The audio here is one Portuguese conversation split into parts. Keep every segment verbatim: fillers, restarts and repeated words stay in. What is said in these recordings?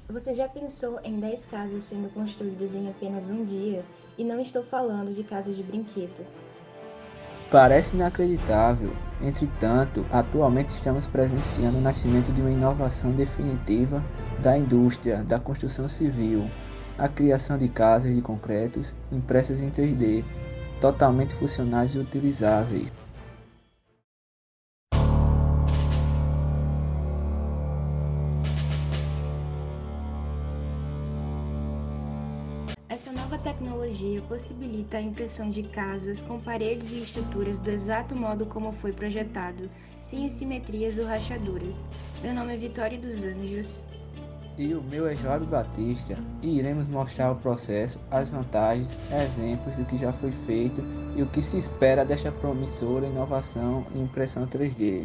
Você já pensou em dez casas sendo construídas em apenas um dia? E não estou falando de casas de brinquedo. Parece inacreditável, entretanto, atualmente estamos presenciando o nascimento de uma inovação definitiva da indústria da construção civil, a criação de casas de concretos impressas em três D, totalmente funcionais e utilizáveis. Essa nova tecnologia possibilita a impressão de casas com paredes e estruturas do exato modo como foi projetado, sem assimetrias ou rachaduras. Meu nome é Vitória dos Anjos. E o meu é Joab Batista, e iremos mostrar o processo, as vantagens, exemplos do que já foi feito e o que se espera desta promissora inovação em impressão três D.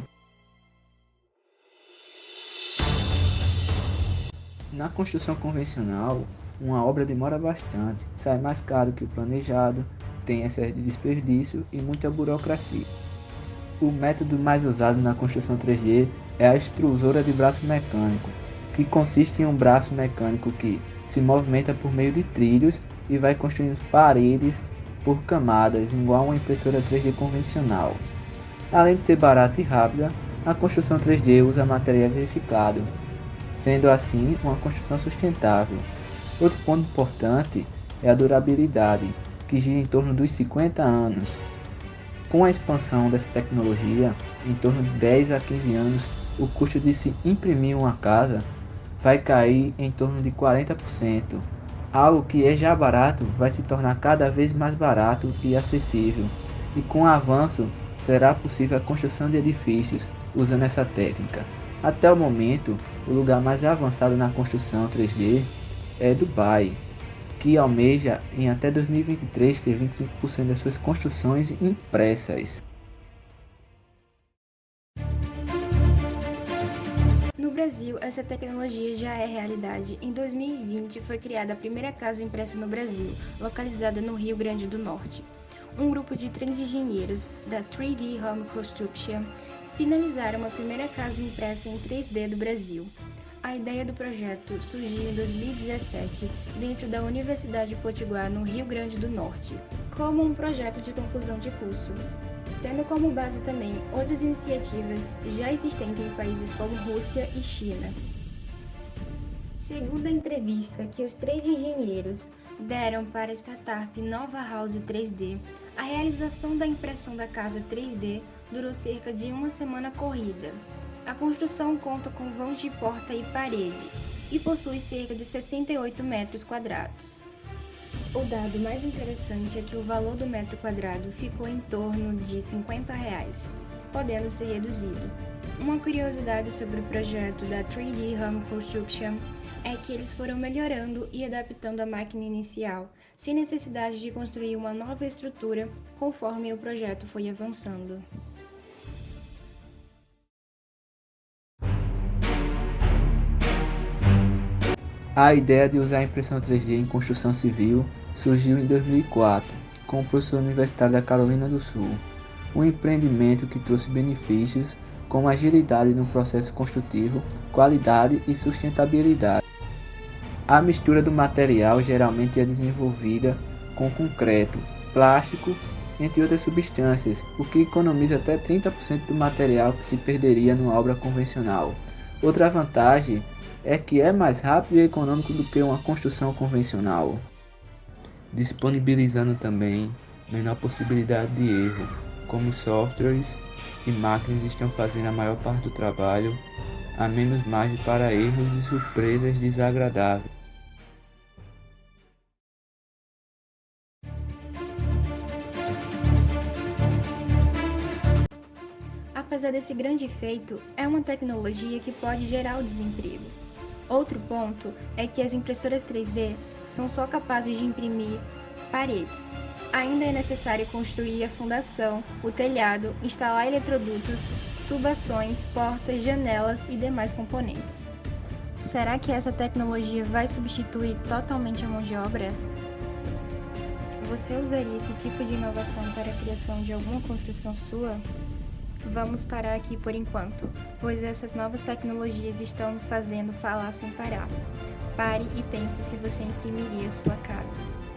Na construção convencional, uma obra demora bastante, sai mais caro que o planejado, tem excesso de desperdício e muita burocracia. O método mais usado na construção três D é a extrusora de braço mecânico, que consiste em um braço mecânico que se movimenta por meio de trilhos e vai construindo paredes por camadas, igual uma impressora três D convencional. Além de ser barata e rápida, a construção três D usa materiais reciclados, sendo assim uma construção sustentável. Outro ponto importante é a durabilidade, que gira em torno dos cinquenta anos. Com a expansão dessa tecnologia, em torno de dez a quinze anos, o custo de se imprimir uma casa vai cair em torno de quarenta por cento. Algo que é já barato vai se tornar cada vez mais barato e acessível. E com o avanço, será possível a construção de edifícios usando essa técnica. Até o momento, o lugar mais avançado na construção três D é Dubai, que almeja em até dois mil e vinte e três ter vinte e cinco por cento das suas construções impressas. No Brasil, essa tecnologia já é realidade. Em dois mil e vinte, foi criada a primeira casa impressa no Brasil, localizada no Rio Grande do Norte. Um grupo de três engenheiros da três D Home Construction finalizaram a primeira casa impressa em três D do Brasil. A ideia do projeto surgiu em dois mil e dezessete, dentro da Universidade Potiguar, no Rio Grande do Norte, como um projeto de conclusão de curso, tendo como base também outras iniciativas já existentes em países como Rússia e China. Segundo a entrevista que os três engenheiros deram para a startup Nova House três D, a realização da impressão da casa três D durou cerca de uma semana corrida. A construção conta com vãos de porta e parede e possui cerca de sessenta e oito metros quadrados. O dado mais interessante é que o valor do metro quadrado ficou em torno de cinquenta reais, podendo ser reduzido. Uma curiosidade sobre o projeto da três D Home Construction é que eles foram melhorando e adaptando a máquina inicial, sem necessidade de construir uma nova estrutura conforme o projeto foi avançando. A ideia de usar a impressão três D em construção civil surgiu em dois mil e quatro, com o professor universitário da Carolina do Sul, um empreendimento que trouxe benefícios como agilidade no processo construtivo, qualidade e sustentabilidade. A mistura do material geralmente é desenvolvida com concreto, plástico, entre outras substâncias, o que economiza até trinta por cento do material que se perderia numa obra convencional. Outra vantagem é que é mais rápido e econômico do que uma construção convencional, disponibilizando também menor possibilidade de erro, como softwares e máquinas estão fazendo a maior parte do trabalho, há menos margem para erros e surpresas desagradáveis. Apesar desse grande feito, é uma tecnologia que pode gerar o desemprego. Outro ponto é que as impressoras três D são só capazes de imprimir paredes. Ainda é necessário construir a fundação, o telhado, instalar eletrodutos, tubações, portas, janelas e demais componentes. Será que essa tecnologia vai substituir totalmente a mão de obra? Você usaria esse tipo de inovação para a criação de alguma construção sua? Vamos parar aqui por enquanto, pois essas novas tecnologias estão nos fazendo falar sem parar. Pare e pense se você imprimiria sua casa.